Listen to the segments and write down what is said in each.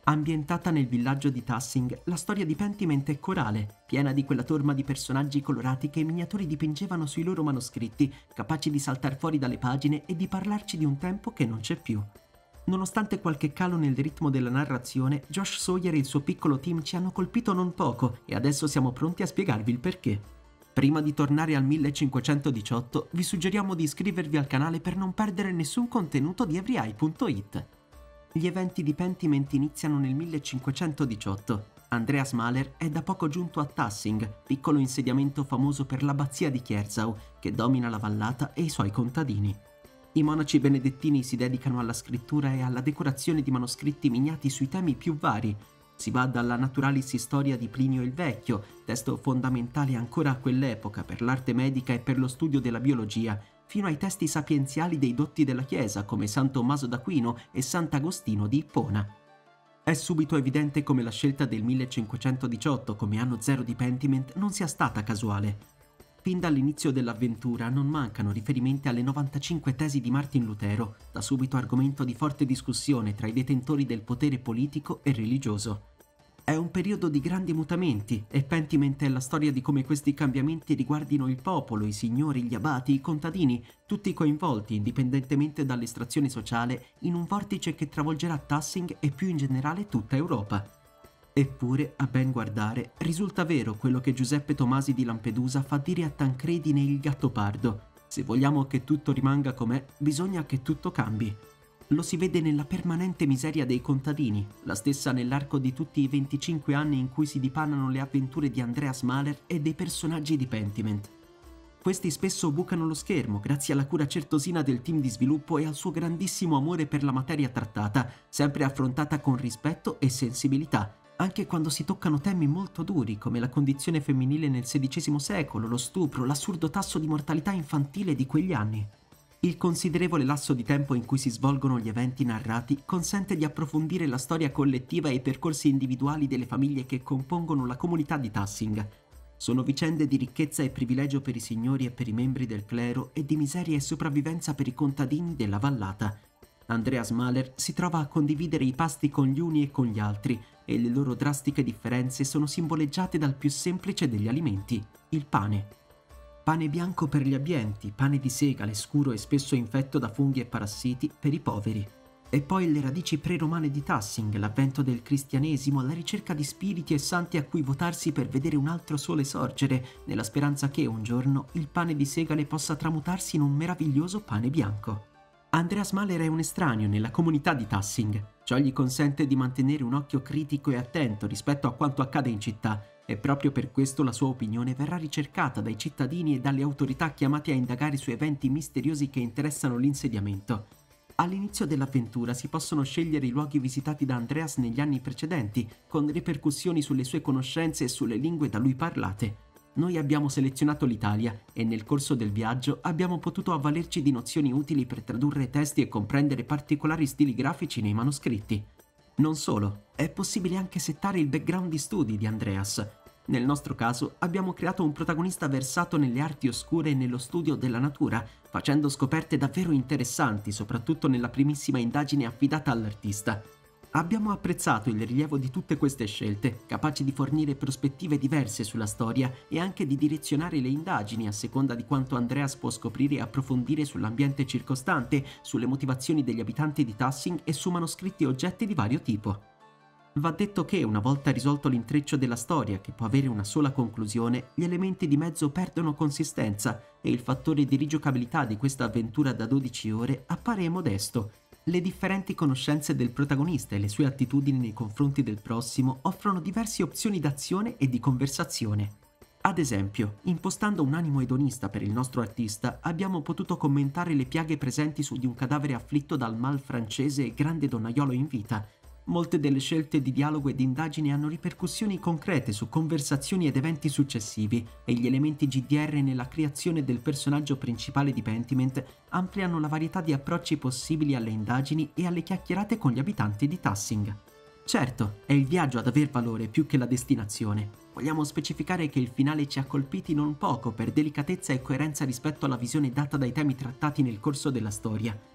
Ambientata nel villaggio di Tassing, la storia di Pentiment è corale, piena di quella torma di personaggi colorati che i miniatori dipingevano sui loro manoscritti, capaci di saltar fuori dalle pagine e di parlarci di un tempo che non c'è più. Nonostante qualche calo nel ritmo della narrazione, Josh Sawyer e il suo piccolo team ci hanno colpito non poco e adesso siamo pronti a spiegarvi il perché. Prima di tornare al 1518, vi suggeriamo di iscrivervi al canale per non perdere nessun contenuto di EveryEye.it. Gli eventi di Pentiment iniziano nel 1518. Andreas Mahler è da poco giunto a Tassing, piccolo insediamento famoso per l'abbazia di Kierzau, che domina la vallata e i suoi contadini. I monaci benedettini si dedicano alla scrittura e alla decorazione di manoscritti miniati sui temi più vari. Si va dalla Naturalis Historia di Plinio il Vecchio, testo fondamentale ancora a quell'epoca per l'arte medica e per lo studio della biologia, fino ai testi sapienziali dei dotti della Chiesa come San Tommaso d'Aquino e Sant'Agostino di Ippona. È subito evidente come la scelta del 1518 come anno zero di Pentiment non sia stata casuale. Fin dall'inizio dell'avventura non mancano riferimenti alle 95 tesi di Martin Lutero, da subito argomento di forte discussione tra i detentori del potere politico e religioso. È un periodo di grandi mutamenti e Pentiment è la storia di come questi cambiamenti riguardino il popolo, i signori, gli abati, i contadini, tutti coinvolti indipendentemente dall'estrazione sociale in un vortice che travolgerà Tassing e più in generale tutta Europa. Eppure, a ben guardare, risulta vero quello che Giuseppe Tomasi di Lampedusa fa dire a Tancredi ne Il Gattopardo: se vogliamo che tutto rimanga com'è, bisogna che tutto cambi. Lo si vede nella permanente miseria dei contadini, la stessa nell'arco di tutti i 25 anni in cui si dipanano le avventure di Andreas Mahler e dei personaggi di Pentiment. Questi spesso bucano lo schermo grazie alla cura certosina del team di sviluppo e al suo grandissimo amore per la materia trattata, sempre affrontata con rispetto e sensibilità, anche quando si toccano temi molto duri come la condizione femminile nel XVI secolo, lo stupro, l'assurdo tasso di mortalità infantile di quegli anni. Il considerevole lasso di tempo in cui si svolgono gli eventi narrati consente di approfondire la storia collettiva e i percorsi individuali delle famiglie che compongono la comunità di Tassing. Sono vicende di ricchezza e privilegio per i signori e per i membri del clero e di miseria e sopravvivenza per i contadini della vallata. Andreas Mahler si trova a condividere i pasti con gli uni e con gli altri e le loro drastiche differenze sono simboleggiate dal più semplice degli alimenti, il pane. Pane bianco per gli abbienti, pane di segale scuro e spesso infetto da funghi e parassiti per i poveri. E poi le radici pre-romane di Tassing, l'avvento del cristianesimo, la ricerca di spiriti e santi a cui votarsi per vedere un altro sole sorgere, nella speranza che un giorno il pane di segale possa tramutarsi in un meraviglioso pane bianco. Andreas Mahler è un estraneo nella comunità di Tassing. Ciò gli consente di mantenere un occhio critico e attento rispetto a quanto accade in città, e proprio per questo la sua opinione verrà ricercata dai cittadini e dalle autorità chiamate a indagare su eventi misteriosi che interessano l'insediamento. All'inizio dell'avventura si possono scegliere i luoghi visitati da Andreas negli anni precedenti, con ripercussioni sulle sue conoscenze e sulle lingue da lui parlate. Noi abbiamo selezionato l'Italia e nel corso del viaggio abbiamo potuto avvalerci di nozioni utili per tradurre testi e comprendere particolari stili grafici nei manoscritti. Non solo, è possibile anche settare il background di studi di Andreas. Nel nostro caso abbiamo creato un protagonista versato nelle arti oscure e nello studio della natura, facendo scoperte davvero interessanti, soprattutto nella primissima indagine affidata all'artista. Abbiamo apprezzato il rilievo di tutte queste scelte, capaci di fornire prospettive diverse sulla storia e anche di direzionare le indagini a seconda di quanto Andreas può scoprire e approfondire sull'ambiente circostante, sulle motivazioni degli abitanti di Tassing e su manoscritti e oggetti di vario tipo. Va detto che, una volta risolto l'intreccio della storia, che può avere una sola conclusione, gli elementi di mezzo perdono consistenza e il fattore di rigiocabilità di questa avventura da 12 ore appare modesto. Le differenti conoscenze del protagonista e le sue attitudini nei confronti del prossimo offrono diverse opzioni d'azione e di conversazione. Ad esempio, impostando un animo edonista per il nostro artista, abbiamo potuto commentare le piaghe presenti su di un cadavere afflitto dal mal francese e grande donnaiolo in vita. Molte delle scelte di dialogo e di indagine hanno ripercussioni concrete su conversazioni ed eventi successivi e gli elementi GDR nella creazione del personaggio principale di Pentiment ampliano la varietà di approcci possibili alle indagini e alle chiacchierate con gli abitanti di Tassing. Certo, è il viaggio ad aver valore più che la destinazione. Vogliamo specificare che il finale ci ha colpiti non poco per delicatezza e coerenza rispetto alla visione data dai temi trattati nel corso della storia.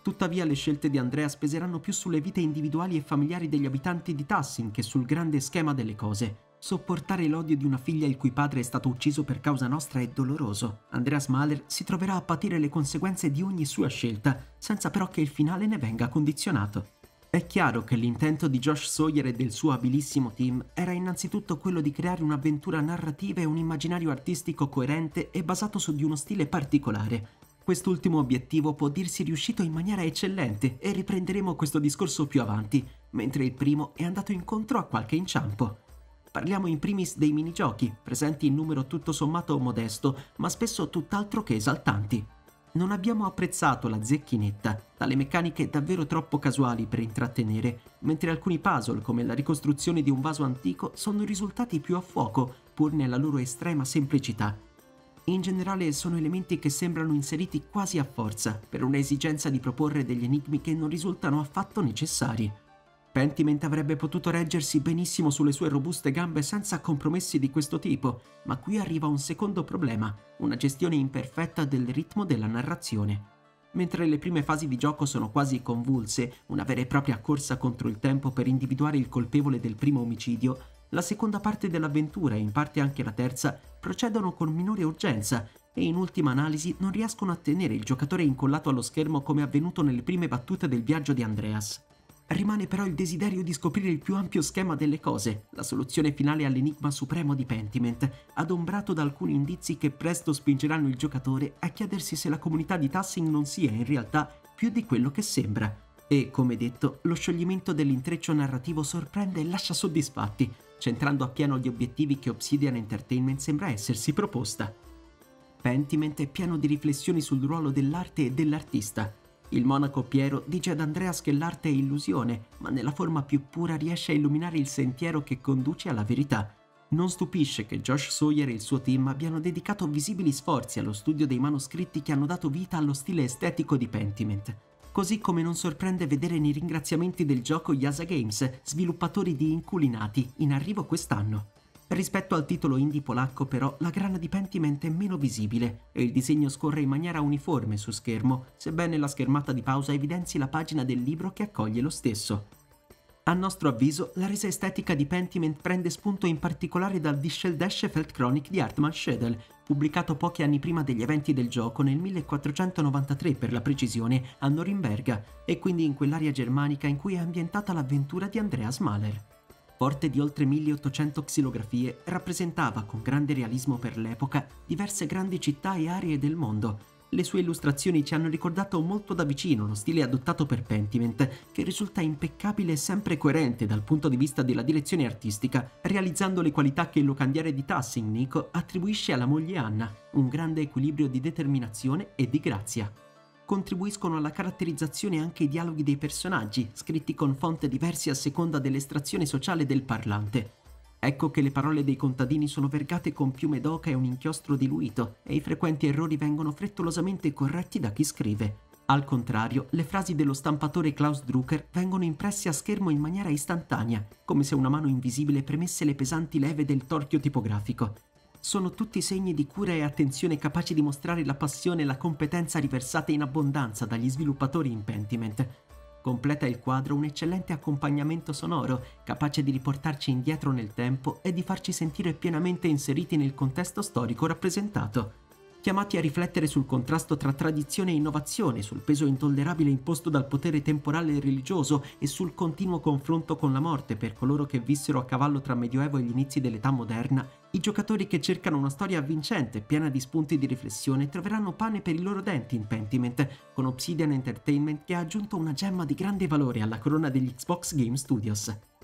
Tuttavia le scelte di Andreas peseranno più sulle vite individuali e familiari degli abitanti di Tussin che sul grande schema delle cose. Sopportare l'odio di una figlia il cui padre è stato ucciso per causa nostra è doloroso. Andreas Mahler si troverà a patire le conseguenze di ogni sua scelta, senza però che il finale ne venga condizionato. È chiaro che l'intento di Josh Sawyer e del suo abilissimo team era innanzitutto quello di creare un'avventura narrativa e un immaginario artistico coerente e basato su di uno stile particolare. Quest'ultimo obiettivo può dirsi riuscito in maniera eccellente e riprenderemo questo discorso più avanti, mentre il primo è andato incontro a qualche inciampo. Parliamo in primis dei minigiochi, presenti in numero tutto sommato modesto, ma spesso tutt'altro che esaltanti. Non abbiamo apprezzato la zecchinetta, dalle meccaniche davvero troppo casuali per intrattenere, mentre alcuni puzzle, come la ricostruzione di un vaso antico, sono risultati più a fuoco, pur nella loro estrema semplicità. In generale sono elementi che sembrano inseriti quasi a forza, per un'esigenza di proporre degli enigmi che non risultano affatto necessari. Pentiment avrebbe potuto reggersi benissimo sulle sue robuste gambe senza compromessi di questo tipo, ma qui arriva un secondo problema, una gestione imperfetta del ritmo della narrazione. Mentre le prime fasi di gioco sono quasi convulse, una vera e propria corsa contro il tempo per individuare il colpevole del primo omicidio, la seconda parte dell'avventura e in parte anche la terza procedono con minore urgenza e in ultima analisi non riescono a tenere il giocatore incollato allo schermo come avvenuto nelle prime battute del viaggio di Andreas. Rimane però il desiderio di scoprire il più ampio schema delle cose, la soluzione finale all'enigma supremo di Pentiment, adombrato da alcuni indizi che presto spingeranno il giocatore a chiedersi se la comunità di Tussin non sia in realtà più di quello che sembra. E, come detto, lo scioglimento dell'intreccio narrativo sorprende e lascia soddisfatti, centrando appieno gli obiettivi che Obsidian Entertainment sembra essersi proposta. Pentiment è pieno di riflessioni sul ruolo dell'arte e dell'artista. Il monaco Piero dice ad Andreas che l'arte è illusione, ma nella forma più pura riesce a illuminare il sentiero che conduce alla verità. Non stupisce che Josh Sawyer e il suo team abbiano dedicato visibili sforzi allo studio dei manoscritti che hanno dato vita allo stile estetico di Pentiment. Così come non sorprende vedere nei ringraziamenti del gioco Yasa Games, sviluppatori di Inculinati, in arrivo quest'anno. Rispetto al titolo indie polacco però la grana di Pentiment è meno visibile e il disegno scorre in maniera uniforme su schermo, sebbene la schermata di pausa evidenzi la pagina del libro che accoglie lo stesso. A nostro avviso, la resa estetica di Pentiment prende spunto in particolare dal Die Scheldesche Feldchronik di Hartmann Schedel, pubblicato pochi anni prima degli eventi del gioco nel 1493 per la precisione a Norimberga e quindi in quell'area germanica in cui è ambientata l'avventura di Andreas Mahler. Forte di oltre 1800 xilografie, rappresentava con grande realismo per l'epoca diverse grandi città e aree del mondo. Le sue illustrazioni ci hanno ricordato molto da vicino lo stile adottato per Pentiment, che risulta impeccabile e sempre coerente dal punto di vista della direzione artistica, realizzando le qualità che il locandiere di Tussin, Nico, attribuisce alla moglie Anna, un grande equilibrio di determinazione e di grazia. Contribuiscono alla caratterizzazione anche i dialoghi dei personaggi, scritti con fonte diverse a seconda dell'estrazione sociale del parlante. Ecco che le parole dei contadini sono vergate con piume d'oca e un inchiostro diluito, e i frequenti errori vengono frettolosamente corretti da chi scrive. Al contrario, le frasi dello stampatore Klaus Drucker vengono impresse a schermo in maniera istantanea, come se una mano invisibile premesse le pesanti leve del torchio tipografico. Sono tutti segni di cura e attenzione capaci di mostrare la passione e la competenza riversate in abbondanza dagli sviluppatori in Pentiment. Completa il quadro un eccellente accompagnamento sonoro, capace di riportarci indietro nel tempo e di farci sentire pienamente inseriti nel contesto storico rappresentato. Chiamati a riflettere sul contrasto tra tradizione e innovazione, sul peso intollerabile imposto dal potere temporale e religioso e sul continuo confronto con la morte per coloro che vissero a cavallo tra Medioevo e gli inizi dell'età moderna, i giocatori che cercano una storia avvincente, piena di spunti di riflessione, troveranno pane per i loro denti in Pentiment, con Obsidian Entertainment che ha aggiunto una gemma di grande valore alla corona degli Xbox Game Studios.